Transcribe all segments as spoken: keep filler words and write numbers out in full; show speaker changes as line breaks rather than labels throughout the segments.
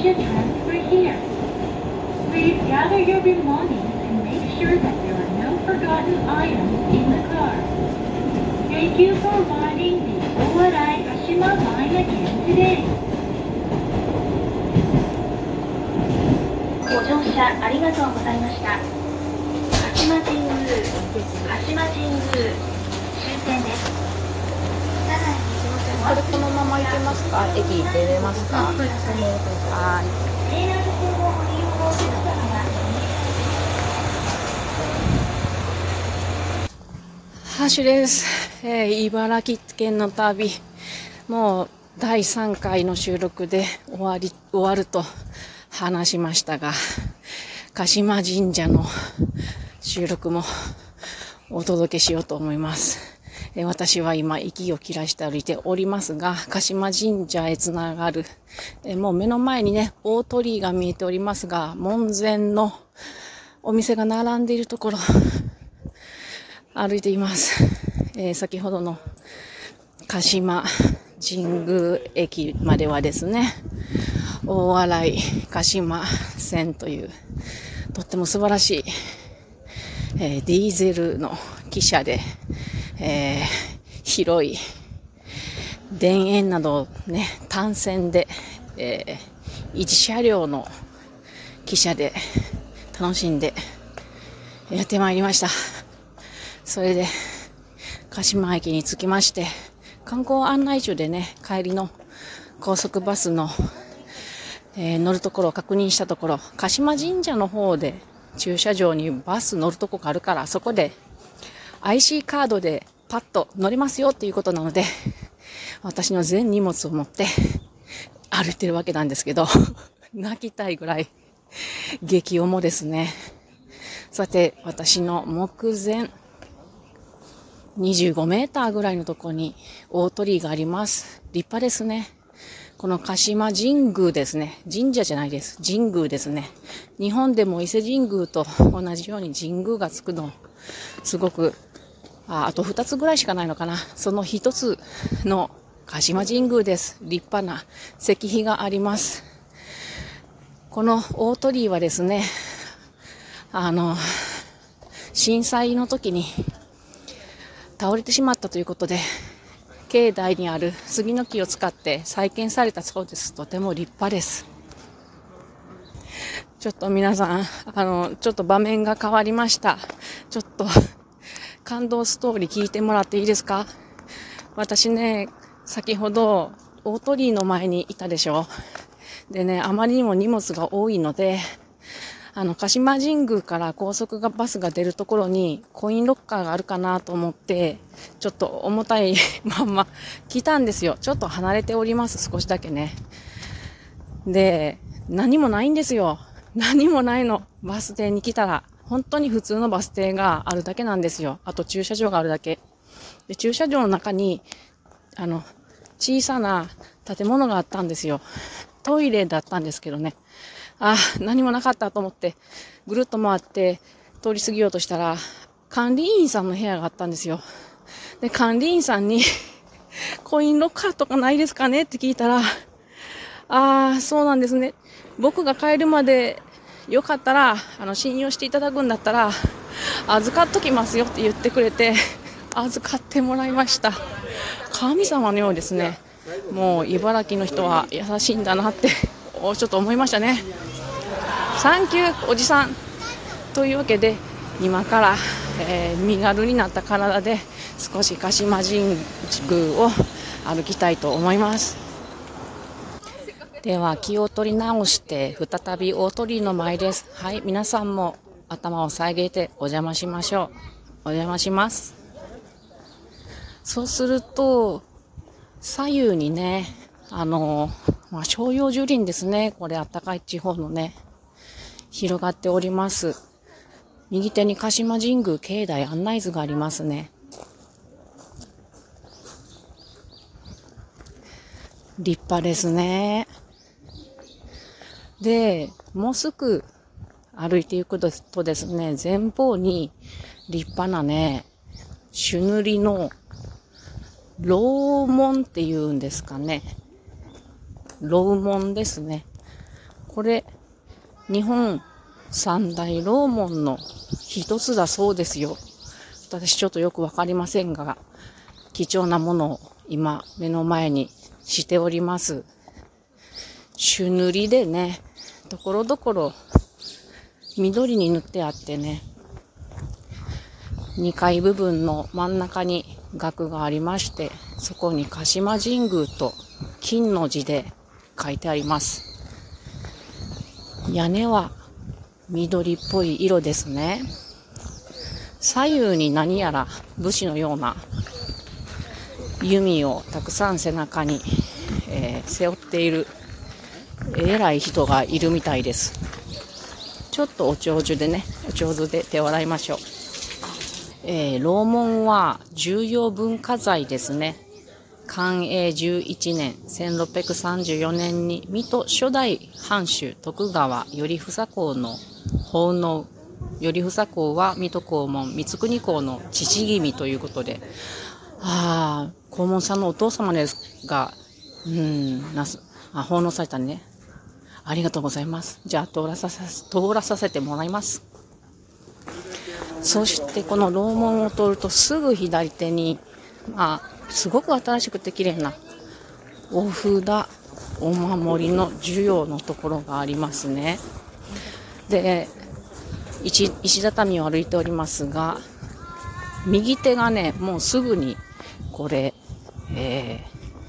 should transfer here. Please gather your belongings and make sure that there are no forgotten items in the car. Thank you for riding the Owarai Kashima line again today. ご乗車ありがとうございました。鹿島神宮、鹿島神宮終点です。
これこのまま行けますか？駅出れますか？はい。ハッシュです、えー、茨城県の旅、もうだいさんかいの収録で終わり、終わると話しましたが、鹿島神社の収録もお届けしようと思います。えー、私は今息を切らして歩いておりますが、鹿島神社へつながる、えー、もう目の前にね、大鳥居が見えておりますが、門前のお店が並んでいるところ、歩いています。えー、先ほどの鹿島神宮駅まではですね、大洗鹿島線というとっても素晴らしい、えー、ディーゼルの汽車で、えー、広い田園などね、単線で、えー、一車両の汽車で楽しんでやってまいりました。それで鹿島駅に着きまして、観光案内所でね、帰りの高速バスの、えー、乗るところを確認したところ、鹿島神社の方で駐車場にバス乗るとこがあるから、そこで アイシー カードでパッと乗れますよっていうことなので、私の全荷物を持って歩いてるわけなんですけど、泣きたいぐらい激重ですね。さて、私の目前にじゅうごメーターぐらいのところに大鳥居があります。立派ですね。この鹿島神宮ですね。神社じゃないです。神宮ですね。日本でも伊勢神宮と同じように神宮がつくの、すごく、あ、あとふたつぐらいしかないのかな。そのひとつの鹿島神宮です。立派な石碑があります。この大鳥居はですね、あの、震災の時に倒れてしまったということで、境内にある杉の木を使って再建されたそうです。とても立派です。ちょっと皆さん、あの、ちょっと場面が変わりました。ちょっと感動ストーリー聞いてもらっていいですか？私ね、先ほど大鳥居の前にいたでしょ。でね、あまりにも荷物が多いので、あの、鹿島神宮から高速がバスが出るところにコインロッカーがあるかなと思って、ちょっと重たいまんま来たんですよ。ちょっと離れております。少しだけね。で、何もないんですよ。何もないの。バス停に来たら、本当に普通のバス停があるだけなんですよ。あと駐車場があるだけ。で、駐車場の中に、あの、小さな建物があったんですよ。トイレだったんですけどね。あ、何もなかったと思って、ぐるっと回って通り過ぎようとしたら、管理員さんの部屋があったんですよ。で、管理員さんに、コインロッカーとかないですかねって聞いたら、ああ、そうなんですね。僕が帰るまでよかったら、あの、信用していただくんだったら、預かっときますよって言ってくれて、預かってもらいました。神様のようですね。もう茨城の人は優しいんだなってちょっと思いましたね。サンキューおじさんというわけで、今から、えー、身軽になった体で少し鹿島神宮を歩きたいと思います。では気を取り直して再び大鳥居の前です。はい、皆さんも頭を下げてお邪魔しましょう。お邪魔します。そうすると左右にね、あの、まあ、照葉樹林ですね。これ暖かい地方のね、広がっております。右手に鹿島神宮境内案内図がありますね。立派ですね。で、もうすぐ歩いていくとですね、前方に立派なね、朱塗りの楼門っていうんですかね。楼門ですね。 これ、日本三大楼門の一つだそうですよ。私ちょっとよくわかりませんが、貴重なものを今目の前にしております。朱塗りでね、ところどころ緑に塗ってあってね、にかい部分の真ん中に額がありまして、そこに鹿島神宮と金の字で書いてあります。屋根は緑っぽい色ですね。左右に何やら武士のような弓をたくさん背中に、えー、背負っている偉い人がいるみたいです。ちょっとお上手でね、お上手で手を洗いましょう。えー、楼門は重要文化財ですね。寛永じゅういちねん、せんろっぴゃくさんじゅうよねんに水戸初代藩主徳川頼房公の奉納。頼房公は水戸黄門、光圀公の父君ということで、ああ、黄門さんのお父様ですが、うん、なす、あ、奉納されたね。ありがとうございます。じゃあ通らさせ、通らさせてもらいます。そしてこの楼門を通るとすぐ左手に、まあ、すごく新しくて綺麗なお札、お守りの授与のところがありますね。で、石、石畳を歩いておりますが、右手がね、もうすぐにこれ、え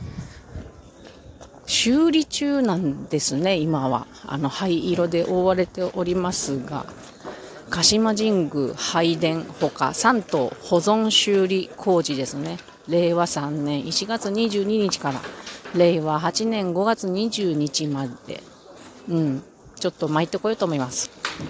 ー、修理中なんですね、今は。あの、灰色で覆われておりますが、鹿島神宮拝殿ほかさん棟保存修理工事ですね。れいわさんねんいちがつにじゅうににちかられいわはちねんごがつにじゅうにちまで、うん、ちょっと参ってこようと思います。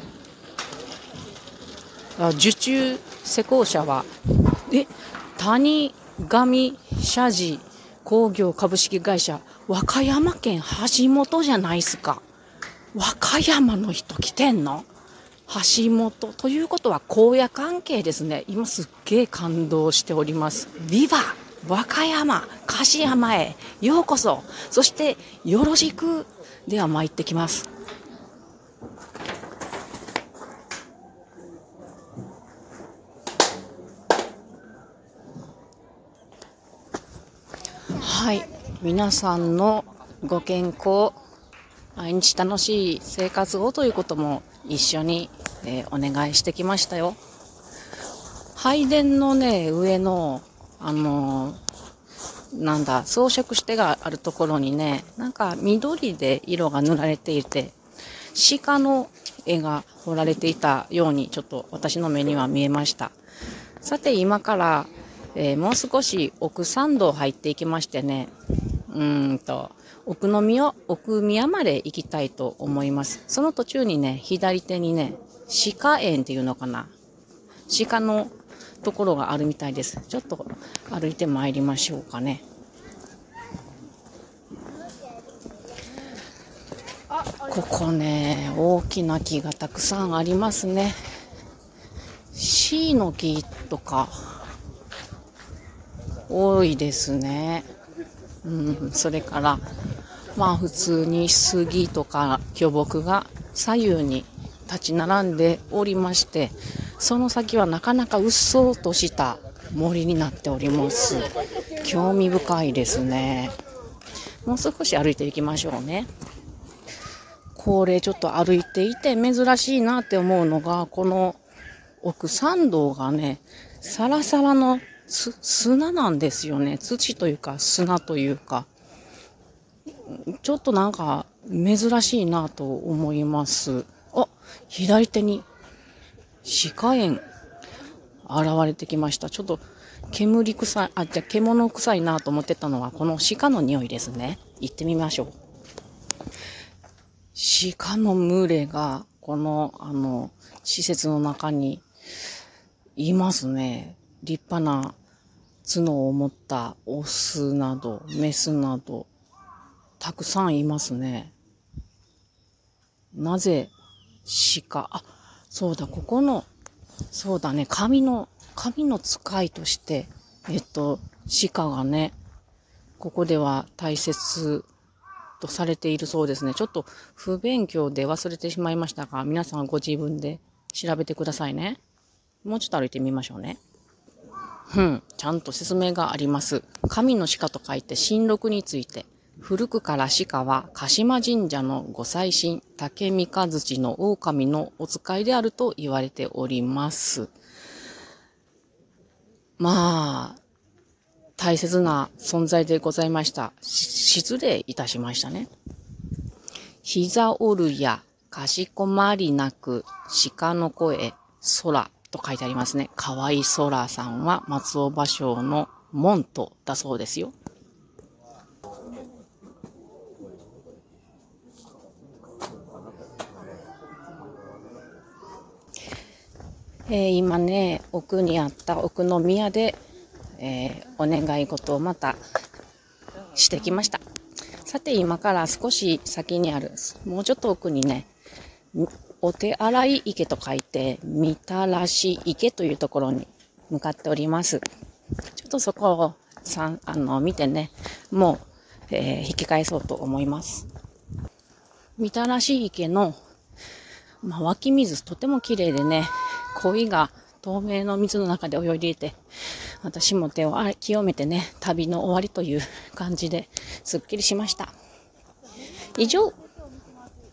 受注施工者は、え、谷上社寺工業株式会社、和歌山県橋本じゃないっすか。和歌山の人来てんの？橋本ということは荒野関係ですね。今すっげえ感動しております。ビバ和歌山樫山へようこそ。そしてよろしく。では参ってきます。はい、皆さんのご健康、毎日楽しい生活をということも一緒に、えー、お願いしてきましたよ。拝殿のね、上の、あのー、なんだ、装飾してがあるところにね、なんか緑で色が塗られていて、鹿の絵が彫られていたように、ちょっと私の目には見えました。さて、今から、えー、もう少し奥参道入っていきましてね、うーんと、奥の宮、奥宮まで行きたいと思います。その途中にね、左手にね、鹿園っていうのかな。鹿のところがあるみたいです。ちょっと歩いて参りましょうかね。ここね、大きな木がたくさんありますね。シイの木とか、多いですね。うん、それから、まあ普通に杉とか巨木が左右に立ち並んでおりまして、その先はなかなかうっそうとした森になっております。興味深いですね。もう少し歩いていきましょうね。これちょっと歩いていて珍しいなって思うのが、この奥参道がね、サラサラの砂なんですよね。土というか砂というか。ちょっとなんか珍しいなと思います。あ、左手に鹿園現れてきました。ちょっと煙臭い、あ、じゃあ獣臭いなと思ってたのはこの鹿の匂いですね。行ってみましょう。鹿の群れがこのあの施設の中にいますね。立派な角を持ったオスなどメスなどたくさんいますね。なぜ鹿、あ、そうだ、ここの、そうだね、神の、神の使いとして、えっと、鹿がね、ここでは大切とされているそうですね。ちょっと不勉強で忘れてしまいましたが、皆さんご自分で調べてくださいね。もうちょっと歩いてみましょうね。うん、ちゃんと説明があります。神の鹿と書いて神鹿について。古くから鹿は鹿島神社のご祭神、竹三日月の狼のお使いであると言われております。まあ、大切な存在でございました。失礼いたしましたね。膝折るやかしこまりなく鹿の声、空と書いてありますね。河合空さんは松尾芭蕉の門徒だそうですよ。えー、今ね、奥にあった奥の宮で、えー、お願い事をまたしてきました。さて今から少し先にある、もうちょっと奥にね、お手洗い池と書いて、みたらし池というところに向かっております。ちょっとそこをさんあの見てね、もう、えー、引き返そうと思います。みたらし池の、まあ、湧き水とても綺麗でね、鯉が透明の水の中で泳いでいて、私も手を清めてね、旅の終わりという感じですっきりしました。以上。